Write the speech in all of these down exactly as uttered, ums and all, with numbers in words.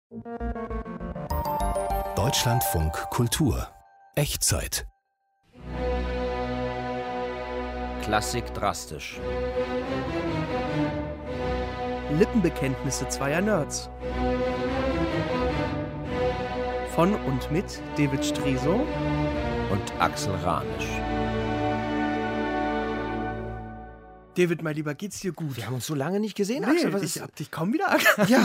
Deutschlandfunk Kultur. Echtzeit. Klassik drastisch. Lippenbekenntnisse zweier Nerds. Von und mit David Striso und Axel Ranisch. David, mein Lieber, geht's dir gut? Wir haben uns so lange nicht gesehen, Nee, Axel. Was ich ist... hab dich kaum wieder erkannt. Ja.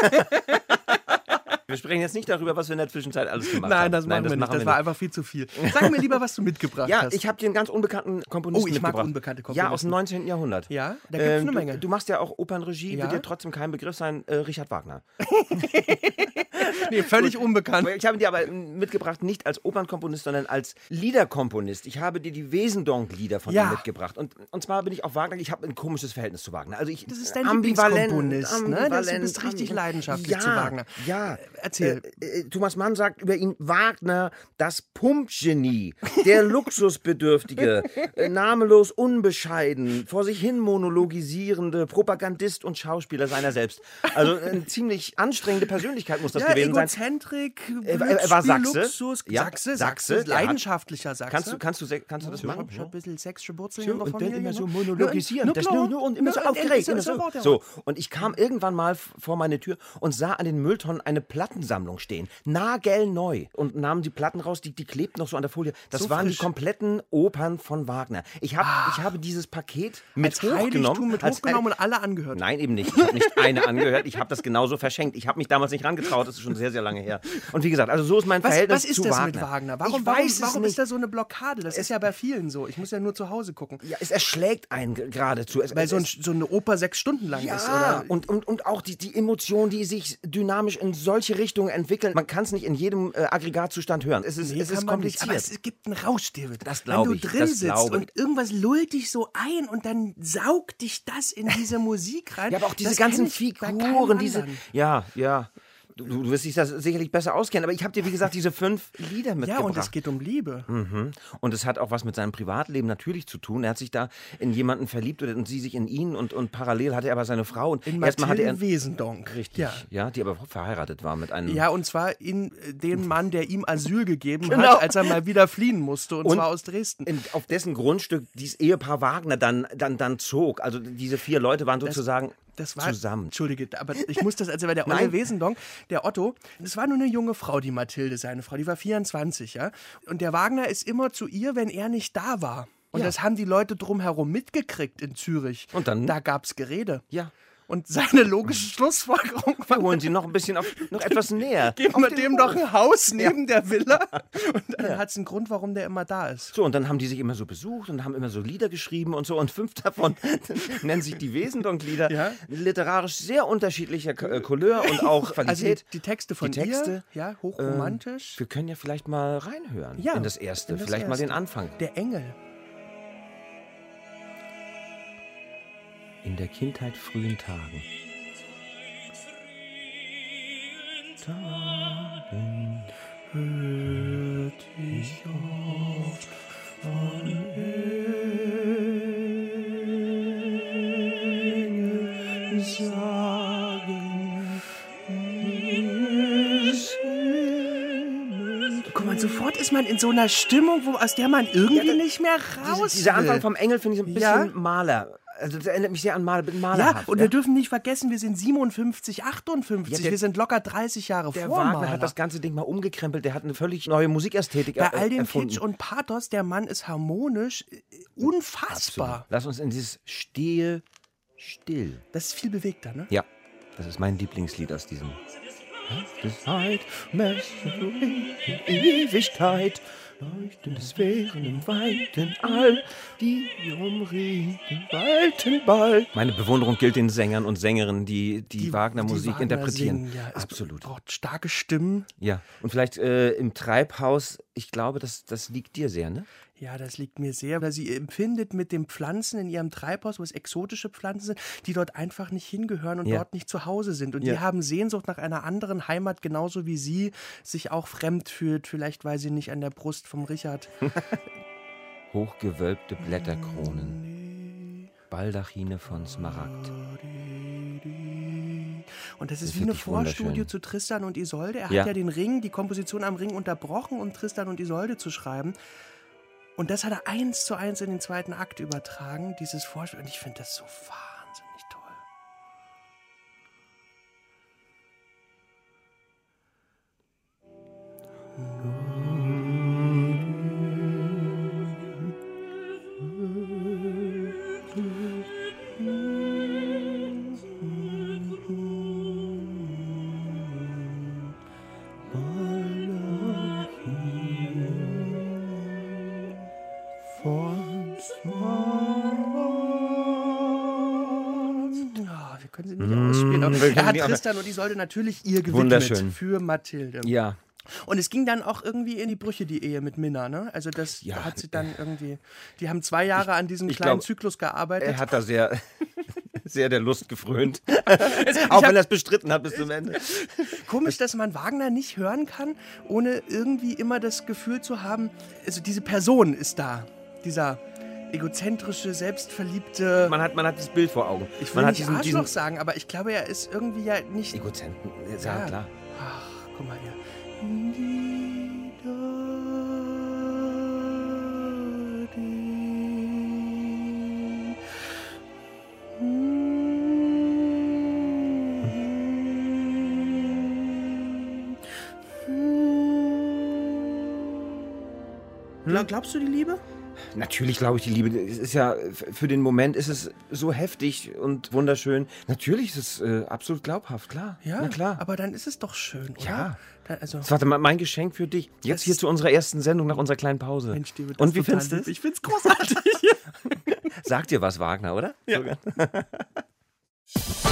Wir sprechen jetzt nicht darüber, was wir in der Zwischenzeit alles gemacht Nein, haben. das machen Nein, das wir nicht. machen Das wir war nicht. einfach viel zu viel. Sag mir lieber, was du mitgebracht Ja, hast. ich habe dir einen ganz unbekannten Komponisten Oh, ich mag mitgebracht. unbekannte Komponisten. Ja, aus dem neunzehnten Jahrhundert. Ja, da gibt's Ähm, eine Menge. Du, du machst ja auch Opernregie, Ja. wird dir trotzdem kein Begriff sein, äh, Richard Wagner. Nee, völlig unbekannt. Ich habe dir aber mitgebracht, nicht als Opernkomponist, sondern als Liederkomponist. Ich habe dir die Wesendonck-Lieder von Ja. ihm mitgebracht. Und, und zwar bin ich auf Wagner, ich habe ein komisches Verhältnis zu Wagner. Also ich, Das ist dein ambivalent, Lieblingskomponist, ne? Das- Du bist ambivalent, richtig ambivalent. leidenschaftlich ja, zu Wagner. Ja, Erzähl. Äh, äh, Thomas Mann sagt über ihn, Wagner, das Pumpgenie, der Luxusbedürftige, äh, namenlos unbescheiden, vor sich hin monologisierende Propagandist und Schauspieler seiner selbst. Also eine ziemlich anstrengende Persönlichkeit muss das Ja, gewesen sein. Egozentrik, Er war- er war Glücksspiel, Sachse. Luxus, Ja, Sachse, Sachse, Sachse, der hat- leidenschaftlicher Sachse. Kannst du, kannst du, se- kannst du das Ja, machen? ich hab ein bisschen sächsische Wurzeln So, in der und Familie. dann immer so ne? monologisieren. Ja, Das klar. nur, nur, und immer so Ja, aufgeregt. ist- Immer ist so. der Wort, der so. Wort. Und ich kam irgendwann mal f- vor meine Tür und sah an den Mülltonnen eine Plattensammlung stehen. Nagelneu. Und nahmen die Platten raus, die, die klebten noch so an der Folie. Das So waren frisch. die kompletten Opern von Wagner. Ich, hab, ich habe dieses Paket mit Als Heiligtum hochgenommen. mit als- hochgenommen und alle angehört. Nein, eben nicht. Ich habe nicht eine angehört. Ich habe das genauso verschenkt. Ich habe mich damals nicht rangetraut. Das ist schon sehr, sehr lange her. Und wie gesagt, also so ist mein Was, Verhältnis was ist zu das Wagner. mit Wagner? Warum, ich warum, weiß es warum nicht. ist da so eine Blockade? Das ist ja bei vielen so. Ich muss ja nur zu Hause gucken. Ja, es erschlägt einen g- geradezu. Es, Weil es, so, ein, es, so eine Oper sechs Stunden lang ja, ist. Oder? und, und, und auch die, die Emotionen, die sich dynamisch in solche Richtungen entwickeln. Man kann es nicht in jedem äh, Aggregatzustand hören. Es ist, Nee, es kann ist man nicht. kompliziert. Aber es gibt einen Rausch, David. Das glaub Wenn ich, du drin das sitzt glaube und irgendwas lullt dich so ein und dann saugt dich das in diese Musik rein. Ja, aber auch diese das ganzen kenn ich bei keinem Figuren, diese. anderen. Ja, ja. Du, du wirst dich das sicherlich besser auskennen, aber ich habe dir, wie gesagt, diese fünf Lieder Ja, mitgebracht. und es geht um Liebe. Mhm. Und es hat auch was mit seinem Privatleben natürlich zu tun. Er hat sich da in jemanden verliebt und sie sich in ihn und, und parallel hatte er aber seine Frau. Und In erstmal hatte Mathilde er Wesendonck. richtig, Ja. ja, die aber verheiratet war mit einem. Ja, und zwar in äh, den Mann, der ihm Asyl gegeben Genau. hat, als er mal wieder fliehen musste, und, Und zwar aus Dresden. in, auf dessen Grundstück dieses Ehepaar Wagner dann, dann, dann zog. Also diese vier Leute waren sozusagen Das war, zusammen. Entschuldige, aber ich muss das, also weil der Olle Nein. Wesendonck, der Otto, das war nur eine junge Frau, die Mathilde, seine Frau, die war vierundzwanzig, ja. Und der Wagner ist immer zu ihr, wenn er nicht da war. Und Ja. das haben die Leute drumherum mitgekriegt in Zürich. Und dann? Da gab's Gerede. Ja. Und seine logische Schlussfolgerung Wir war, holen sie noch ein bisschen auf, noch etwas näher. geben Auf wir den dem Hof. doch ein Haus neben der Villa. Und dann hat's einen Grund, warum der immer da ist. So, und dann haben die sich immer so besucht und haben immer so Lieder geschrieben und so. Und fünf davon nennen sich die Wesendonck-Lieder. Ja. Literarisch sehr unterschiedlicher K- äh, Couleur und auch Also Qualität. die, die Texte von Die Texte, ihr, ja, hochromantisch. Wir können ja vielleicht mal reinhören Ja, in das Erste. in das vielleicht mal Erste. den Anfang. Der Engel. In der Kindheit frühen Tagen. Tagen hört ich oft von Engeln sagen, es Himmels. Guck mal, sofort ist man in so einer Stimmung, wo, aus der man irgendwie Ja, da- nicht mehr raus Diese, dieser Anfang will. vom Engel finde ich ein bisschen Ja. Maler. Also das erinnert mich sehr an Maler, bin Ja, malerhaft. und wir dürfen nicht vergessen, wir sind siebenundfünfzig, achtundfünfzig, Ja, der- wir sind locker dreißig Jahre Der vor Wagner Mahler. hat das ganze Ding mal umgekrempelt. Der hat eine völlig neue Musikästhetik Bei er, all dem erfunden. Kitsch und Pathos, der Mann ist harmonisch, äh, unfassbar. Absolut. Lass uns in dieses Stehe still. Das ist viel bewegter, ne? Ja, das ist mein Lieblingslied aus diesem. Zeit, Messe in Ewigkeit, leuchtende Sphären im weiten All, die umringen den weiten Ball. Meine Bewunderung gilt den Sängern und Sängerinnen, die die, Wagner-Musik Wagner interpretieren. singen, ja, es Absolut. braucht starke Stimmen. Ja, und vielleicht äh, im Treibhaus, ich glaube, das, das liegt dir sehr, ne? Ja, das liegt mir sehr, weil sie empfindet mit den Pflanzen in ihrem Treibhaus, wo es exotische Pflanzen sind, die dort einfach nicht hingehören und Ja. dort nicht zu Hause sind. Und Ja. die haben Sehnsucht nach einer anderen Heimat, genauso wie sie sich auch fremd fühlt, vielleicht weil sie nicht an der Brust vom Richard. Hochgewölbte Blätterkronen, Baldachine von Smaragd. Und das ist, Das ist wie eine wirklich Vorstudie wunderschön. zu Tristan und Isolde. Er Ja. hat ja den Ring, die Komposition am Ring unterbrochen, um Tristan und Isolde zu schreiben. Und das hat er eins zu eins in den zweiten Akt übertragen, dieses Vorspiel. Und ich finde das so wahnsinnig toll. Ah, wir können sie nicht ausspielen. Aber wir können er hat die aber- Tristan und Isolde natürlich ihr gewidmet Wunderschön. für Mathilde. Ja. Und es ging dann auch irgendwie in die Brüche, die Ehe mit Minna, ne? Also das Ja. hat sie dann irgendwie... Die haben zwei Jahre an diesem ich kleinen glaub, Zyklus gearbeitet. Er hat da sehr, sehr der Lust gefrönt. Auch wenn er es bestritten hat bis zum Ende. Komisch, dass man Wagner nicht hören kann, ohne irgendwie immer das Gefühl zu haben, also diese Person ist da. Dieser egozentrische, selbstverliebte... Man hat, man hat das Bild vor Augen. Ich will man hat nicht diesen, Arschloch diesen sagen, aber ich glaube, er ist irgendwie ja nicht... Egozenten. Ja, Ja. klar. Ach, guck mal hier. Glaub- Glaubst du die Liebe? Natürlich glaube ich die Liebe. Es ist ja, f- für den Moment ist es so heftig und wunderschön. Natürlich ist es äh, absolut glaubhaft, klar. Ja, Na klar. aber dann ist es doch schön, oder? Ja. Da, also, Das war mein Geschenk für dich. Jetzt Das- hier zu unserer ersten Sendung nach unserer kleinen Pause. Mensch, David, das Und ist wie total findest du lieb. es? Ich find's großartig. Sagt dir was, Wagner, oder? Ja. Sogar.